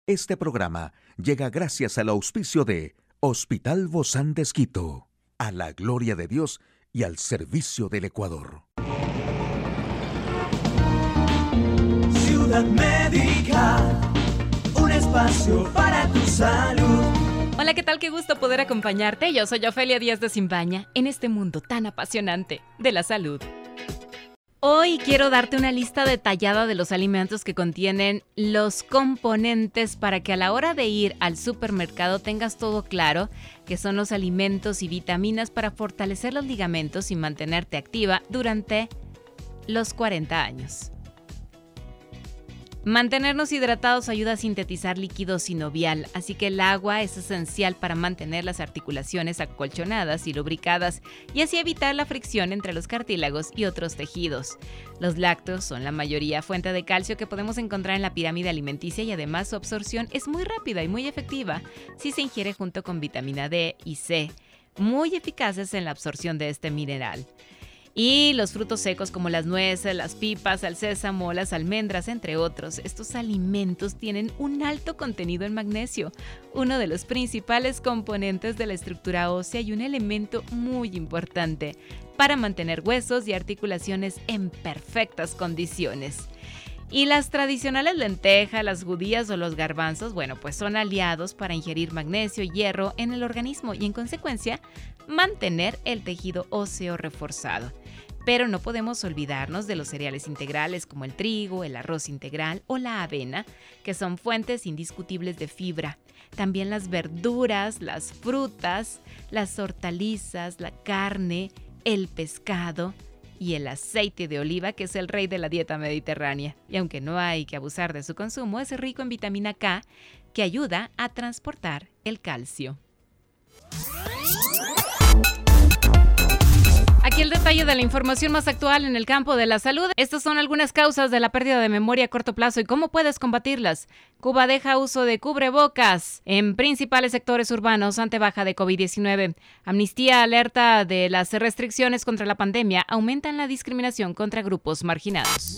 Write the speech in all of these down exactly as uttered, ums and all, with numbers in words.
Este programa llega gracias al auspicio de Hospital Bozán de Esquito, a la gloria de Dios y al servicio del Ecuador. Ciudad Médica, un espacio para tu salud. Hola, ¿qué tal? Qué gusto poder acompañarte. Yo soy Ofelia Díaz de Simbaña en este mundo tan apasionante de la salud. Hoy quiero darte una lista detallada de los alimentos que contienen los componentes para que a la hora de ir al supermercado tengas todo claro, que son los alimentos y vitaminas para fortalecer los ligamentos y mantenerte activa durante los cuarenta años. Mantenernos hidratados ayuda a sintetizar líquido sinovial, así que el agua es esencial para mantener las articulaciones acolchonadas y lubricadas y así evitar la fricción entre los cartílagos y otros tejidos. Los lácteos son la mayoría fuente de calcio que podemos encontrar en la pirámide alimenticia y además su absorción es muy rápida y muy efectiva si se ingiere junto con vitamina D y C, muy eficaces en la absorción de este mineral. Y los frutos secos como las nueces, las pipas, el sésamo, las almendras, entre otros. Estos alimentos tienen un alto contenido en magnesio, uno de los principales componentes de la estructura ósea y un elemento muy importante para mantener huesos y articulaciones en perfectas condiciones. Y las tradicionales lentejas, las judías o los garbanzos, bueno, pues son aliados para ingerir magnesio y hierro en el organismo y en consecuencia mantener el tejido óseo reforzado. Pero no podemos olvidarnos de los cereales integrales como el trigo, el arroz integral o la avena, que son fuentes indiscutibles de fibra. También las verduras, las frutas, las hortalizas, la carne, el pescado y el aceite de oliva, que es el rey de la dieta mediterránea. Y aunque no hay que abusar de su consumo, es rico en vitamina K, que ayuda a transportar el calcio. Aquí el detalle de la información más actual en el campo de la salud. Estas son algunas causas de la pérdida de memoria a corto plazo y cómo puedes combatirlas. Cuba deja uso de cubrebocas en principales sectores urbanos ante baja de covid diecinueve. Amnistía alerta de las restricciones contra la pandemia aumentan la discriminación contra grupos marginados.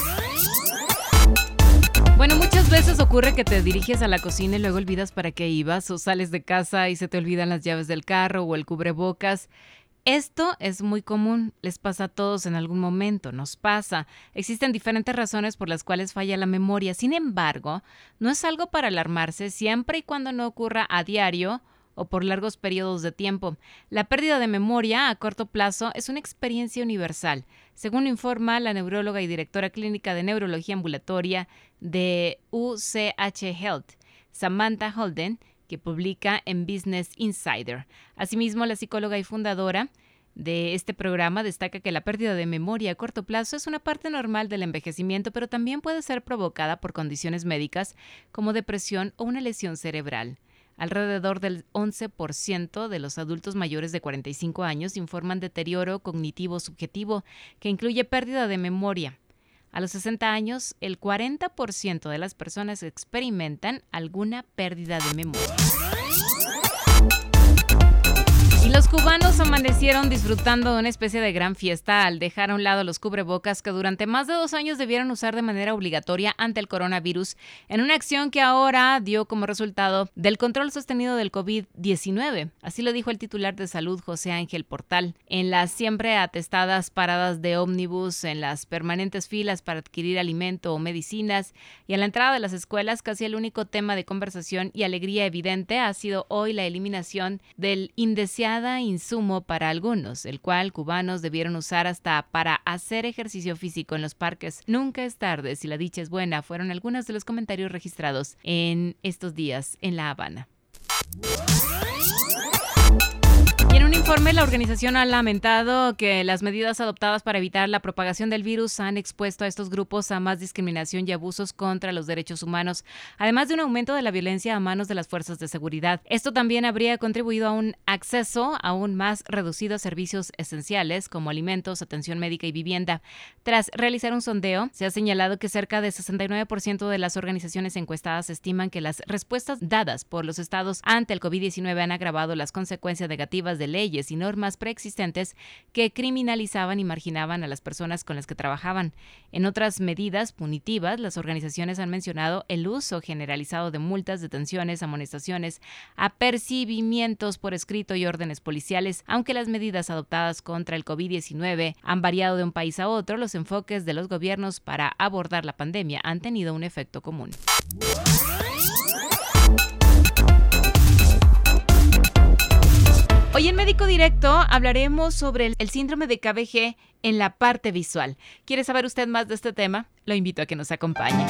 Bueno, muchas veces ocurre que te diriges a la cocina y luego olvidas para qué ibas o sales de casa y se te olvidan las llaves del carro o el cubrebocas. Esto es muy común, les pasa a todos en algún momento, nos pasa. Existen diferentes razones por las cuales falla la memoria. Sin embargo, no es algo para alarmarse siempre y cuando no ocurra a diario o por largos periodos de tiempo. La pérdida de memoria a corto plazo es una experiencia universal, según informa la neuróloga y directora clínica de neurología ambulatoria de U C H Health, Samantha Holden, que publica en Business Insider. Asimismo, la psicóloga y fundadora de este programa destaca que la pérdida de memoria a corto plazo es una parte normal del envejecimiento, pero también puede ser provocada por condiciones médicas como depresión o una lesión cerebral. Alrededor del once por ciento de los adultos mayores de cuarenta y cinco años informan deterioro cognitivo subjetivo, que incluye pérdida de memoria. A los sesenta años, el cuarenta por ciento de las personas experimentan alguna pérdida de memoria. Y los cubanos amanecieron disfrutando de una especie de gran fiesta al dejar a un lado los cubrebocas que durante más de dos años debieron usar de manera obligatoria ante el coronavirus, en una acción que ahora dio como resultado del control sostenido del covid diecinueve. Así lo dijo el titular de Salud, José Ángel Portal. En las siempre atestadas paradas de ómnibus, en las permanentes filas para adquirir alimento o medicinas y en la entrada de las escuelas, casi el único tema de conversación y alegría evidente ha sido hoy la eliminación del indeseado insumo para algunos, el cual cubanos debieron usar hasta para hacer ejercicio físico en los parques. Nunca es tarde si la dicha es buena, fueron algunos de los comentarios registrados en estos días en La Habana. Y en un informe, la organización ha lamentado que las medidas adoptadas para evitar la propagación del virus han expuesto a estos grupos a más discriminación y abusos contra los derechos humanos, además de un aumento de la violencia a manos de las fuerzas de seguridad. Esto también habría contribuido a un acceso aún más reducido a servicios esenciales como alimentos, atención médica y vivienda. Tras realizar un sondeo, se ha señalado que cerca de sesenta y nueve por ciento de las organizaciones encuestadas estiman que las respuestas dadas por los estados ante el covid diecinueve han agravado las consecuencias negativas de leyes leyes y normas preexistentes que criminalizaban y marginaban a las personas con las que trabajaban. En otras medidas punitivas, las organizaciones han mencionado el uso generalizado de multas, detenciones, amonestaciones, apercibimientos por escrito y órdenes policiales. Aunque las medidas adoptadas contra el covid diecinueve han variado de un país a otro, los enfoques de los gobiernos para abordar la pandemia han tenido un efecto común. Hoy en Médico Directo hablaremos sobre el, el síndrome de K B G en la parte visual. ¿Quiere saber usted más de este tema? Lo invito a que nos acompañe.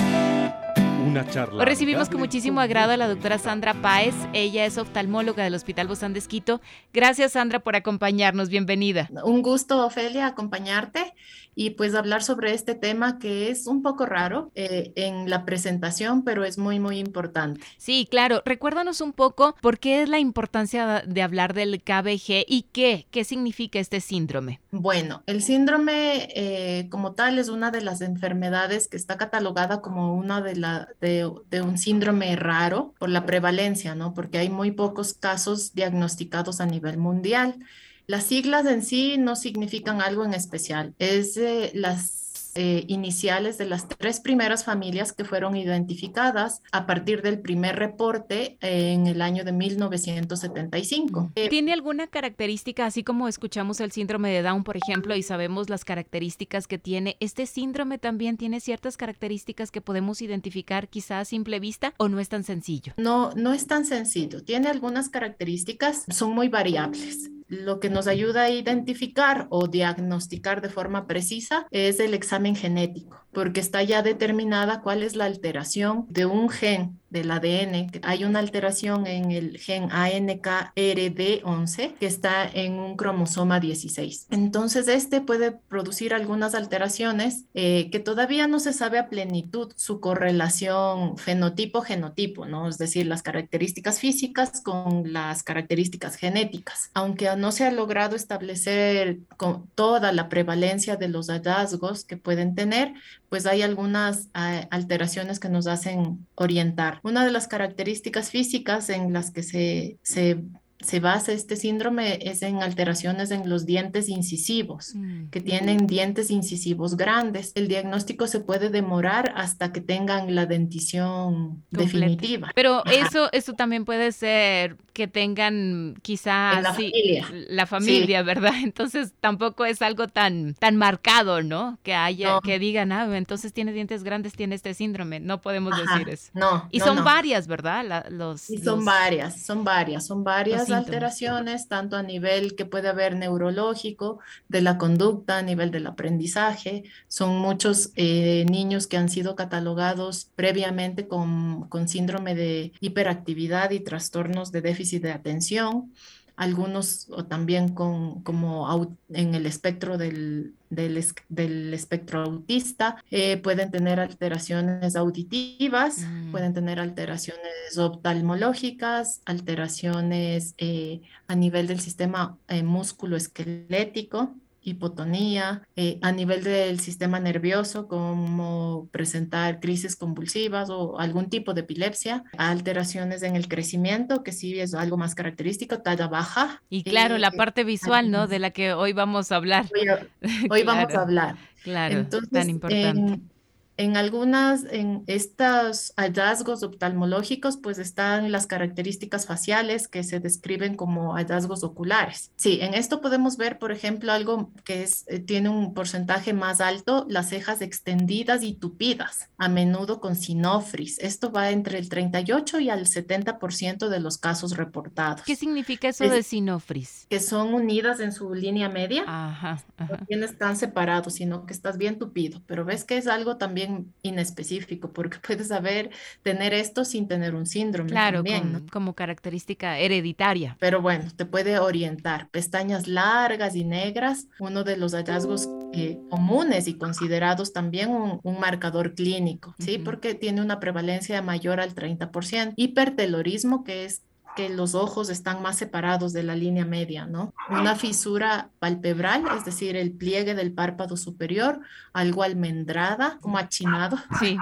Una charla. Hoy recibimos con muchísimo agrado a la doctora Sandra Páez. Ella es oftalmóloga del Hospital Bozán de Esquito. Gracias, Sandra, por acompañarnos. Bienvenida. Un gusto, Ofelia, acompañarte y pues hablar sobre este tema que es un poco raro eh, en la presentación, pero es muy, muy importante. Sí, claro. Recuérdanos un poco por qué es la importancia de hablar del K B G y qué, qué significa este síndrome. Bueno, el síndrome eh, como tal es una de las enfermedades que está catalogada como una de la de, de un síndrome raro por la prevalencia, ¿no? Porque hay muy pocos casos diagnosticados a nivel mundial. Las siglas en sí no significan algo en especial, es eh, las eh, iniciales de las tres primeras familias que fueron identificadas a partir del primer reporte eh, en el año de mil novecientos setenta y cinco. ¿Tiene alguna característica, así como escuchamos el síndrome de Down, por ejemplo, y sabemos las características que tiene? ¿Este síndrome también tiene ciertas características que podemos identificar quizá a simple vista o no es tan sencillo? No, no es tan sencillo. Tiene algunas características, son muy variables. Lo que nos ayuda a identificar o diagnosticar de forma precisa es el examen genético, porque está ya determinada cuál es la alteración de un gen del A D N. Hay una alteración en el gen A N K R D once que está en un cromosoma dieciséis. Entonces, este puede producir algunas alteraciones eh, que todavía no se sabe a plenitud su correlación fenotipo-genotipo, ¿no? Es decir, las características físicas con las características genéticas. Aunque no se ha logrado establecer con toda la prevalencia de los hallazgos que pueden tener, pues hay algunas uh, alteraciones que nos hacen orientar. Una de las características físicas en las que se, se, se basa este síndrome es en alteraciones en los dientes incisivos, mm. que tienen dientes incisivos grandes. El diagnóstico se puede demorar hasta que tengan la dentición completa, definitiva. Pero eso, eso también puede ser que tengan quizás en la sí, familia, la familia, sí. ¿verdad? Entonces tampoco es algo tan, tan marcado, ¿no? Que haya, no. que digan, ah, entonces tiene dientes grandes, tiene este síndrome. No podemos Ajá, decir eso. No. Y no, son no. varias, ¿verdad? La, los, y son los... varias, son varias, son varias alteraciones, tanto a nivel que puede haber neurológico, de la conducta, a nivel del aprendizaje. Son muchos eh, niños que han sido catalogados previamente con, con síndrome de hiperactividad y trastornos de déficit de atención, algunos o también con, como aut, en el espectro del, del, del espectro autista, eh, pueden tener alteraciones auditivas, mm. pueden tener alteraciones oftalmológicas, alteraciones eh, a nivel del sistema eh, músculo-esquelético, hipotonía, eh, a nivel del sistema nervioso, como presentar crisis convulsivas o algún tipo de epilepsia, alteraciones en el crecimiento, que sí es algo más característico, talla baja. Y claro, eh, la parte visual, ¿no? De la que hoy vamos a hablar. Hoy, hoy claro, vamos a hablar. Claro, Entonces, tan importante. En, En algunas, en estos hallazgos oftalmológicos, pues están las características faciales que se describen como hallazgos oculares. Sí, en esto podemos ver, por ejemplo, algo que es, eh, tiene un porcentaje más alto, las cejas extendidas y tupidas, a menudo con sinofris. Esto va entre el treinta y ocho y al setenta por ciento de los casos reportados. ¿Qué significa eso es, de sinofris? Que son unidas en su línea media. Ajá, ajá. No tienes tan separados, sino que estás bien tupido, pero ves que es algo también inespecífico, porque puedes saber tener esto sin tener un síndrome. Claro, también, con, ¿no? como característica hereditaria. Pero bueno, te puede orientar. Pestañas largas y negras, uno de los hallazgos eh, comunes y considerados también un, un marcador clínico, ¿sí? Uh-huh. Porque tiene una prevalencia mayor al treinta por ciento. Hipertelorismo, que es que los ojos están más separados de la línea media, ¿no? Una fisura palpebral, es decir, el pliegue del párpado superior, algo almendrada, como achinado. Sí.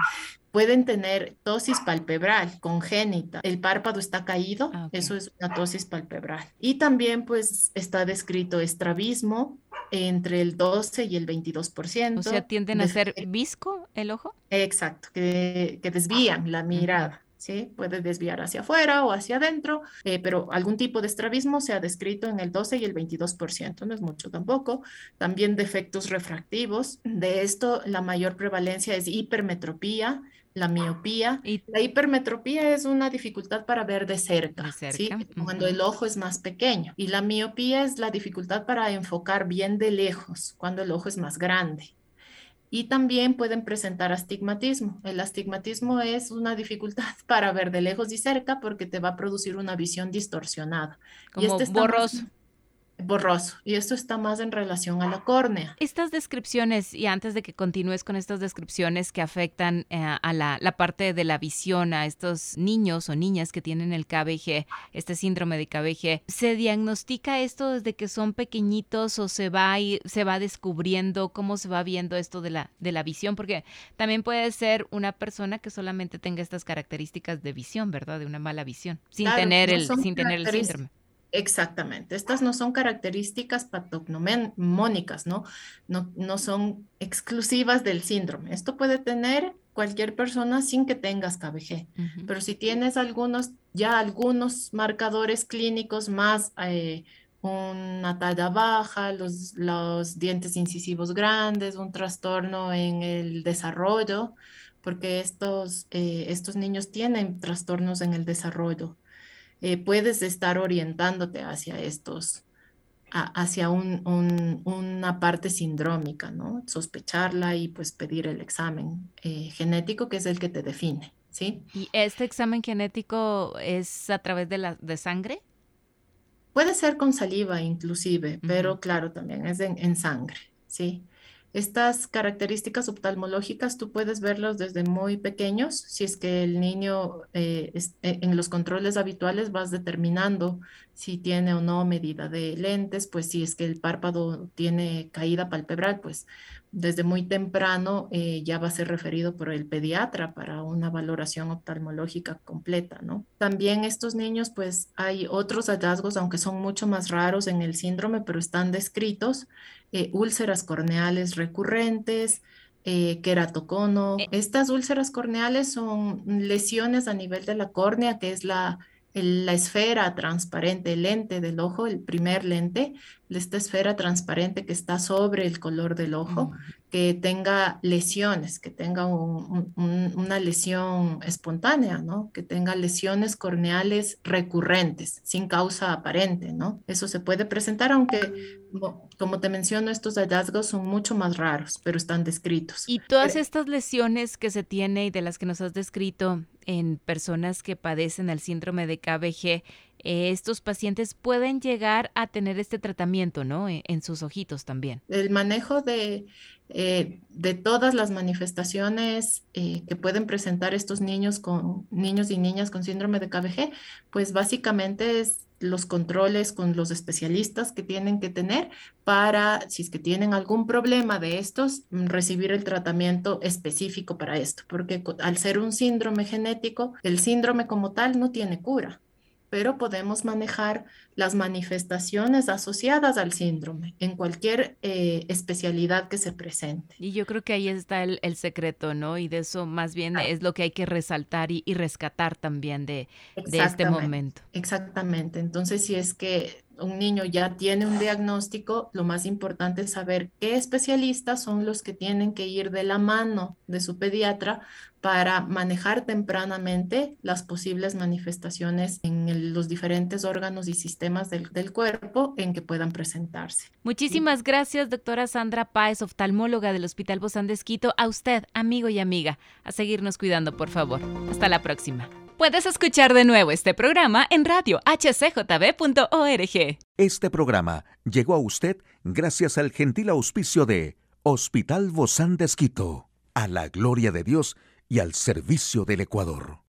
pueden tener tosis palpebral congénita. El párpado está caído, Ah, ok. eso es una tosis palpebral. Y también pues está descrito estrabismo entre el doce y el veintidós por O sea, ciento. ¿tienden a Des- ser visco el ojo? exacto, que, que desvían la Ujú. mirada. ¿Sí? Puede desviar hacia afuera o hacia adentro, eh, pero algún tipo de estrabismo se ha descrito en el doce y el veintidós por ciento, no es mucho tampoco. También defectos refractivos. De esto, la mayor prevalencia es hipermetropía, la miopía. Y La hipermetropía es una dificultad para ver de de cerca, ¿sí? cerca. Cuando Ujú. el ojo es más pequeño. Y la miopía es la dificultad para enfocar bien de lejos, cuando el ojo es más grande. Y también pueden presentar astigmatismo. El astigmatismo es una dificultad para ver de lejos y cerca porque te va a producir una visión distorsionada. Y Como este está más borroso. borroso. Y esto está más en relación a la córnea. Estas descripciones, y antes de que continúes con estas descripciones que afectan eh, a la, la parte de la visión a estos niños o niñas que tienen el K B G, este síndrome de K B G, ¿se diagnostica esto desde que son pequeñitos o se va a ir- se va descubriendo cómo se va viendo esto de la, de la visión? Porque también puede ser una persona que solamente tenga estas características de visión, ¿verdad? De una mala visión, sin Claro, tener no el, son sin tener el características. síndrome. Exactamente. Estas no son características patognomónicas, ¿no? No, no son exclusivas del síndrome. Esto puede tener cualquier persona sin que tengas K B G. Ujú. Pero si tienes algunos, ya algunos marcadores clínicos más, eh, una talla baja, los, los dientes incisivos grandes, un trastorno en el desarrollo, porque estos, eh, estos niños tienen trastornos en el desarrollo, eh, puedes estar orientándote hacia estos, a- hacia un- un- una parte sindrómica, ¿no? Sospecharla y pues pedir el examen eh, genético, que es el que te define, ¿sí? ¿Y este examen genético es a través de la de sangre? Puede ser con saliva inclusive, Ujú. pero claro, también es en, en sangre, ¿sí? Estas características oftalmológicas tú puedes verlos desde muy pequeños. Si es que el niño eh, es- eh, en los controles habituales vas determinando si tiene o no medida de lentes, pues si es que el párpado tiene caída palpebral, pues desde muy temprano eh, ya va a ser referido por el pediatra para una valoración oftalmológica completa, ¿no? También estos niños, pues hay otros hallazgos, aunque son mucho más raros en el síndrome, pero están descritos, eh, úlceras corneales recurrentes, eh, queratocono. Eh, Estas úlceras corneales son lesiones a nivel de la córnea, que es la, el- la esfera transparente, el lente del ojo, el primer lente, esta esfera transparente que está sobre el color del ojo, mm, que tenga lesiones, que tenga un- un- una lesión espontánea, ¿no? Que tenga lesiones corneales recurrentes, sin causa aparente, ¿no? Eso se puede presentar, aunque, mo- como te menciono, estos hallazgos son mucho más raros, pero están descritos. Y todas Pero estas lesiones que se tiene y de las que nos has descrito en personas que padecen el síndrome de K B G, eh, estos pacientes pueden llegar a tener este tratamiento, ¿no? En, en sus ojitos también. el manejo de, eh, de todas las manifestaciones eh, que pueden presentar estos niños con niños y niñas con síndrome de K B G, pues básicamente es los controles con los especialistas que tienen que tener para, si es que tienen algún problema de estos, mm, recibir el tratamiento específico para esto, porque co- al ser un síndrome genético, el síndrome como tal no tiene cura, pero podemos manejar las manifestaciones asociadas al síndrome en cualquier eh, especialidad que se presente. Y yo creo que ahí está el, el secreto, ¿no? Y de eso más bien es lo que hay que resaltar y, y rescatar también de, de este Exactamente, momento. exactamente. Entonces, si es que un niño ya tiene un diagnóstico, lo más importante es saber qué especialistas son los que tienen que ir de la mano de su pediatra para manejar tempranamente las posibles manifestaciones en el- los diferentes órganos y sistemas del, del cuerpo en que puedan presentarse. ¿Sí? Muchísimas gracias, doctora Sandra Páez, oftalmóloga del Hospital Bozán de Esquito. A usted, amigo y amiga, a seguirnos cuidando, por favor. Hasta la próxima. Puedes escuchar de nuevo este programa en radio h c j b punto org. Este programa llegó a usted gracias al gentil auspicio de Hospital Bozán de Esquito, a la gloria de Dios y al servicio del Ecuador.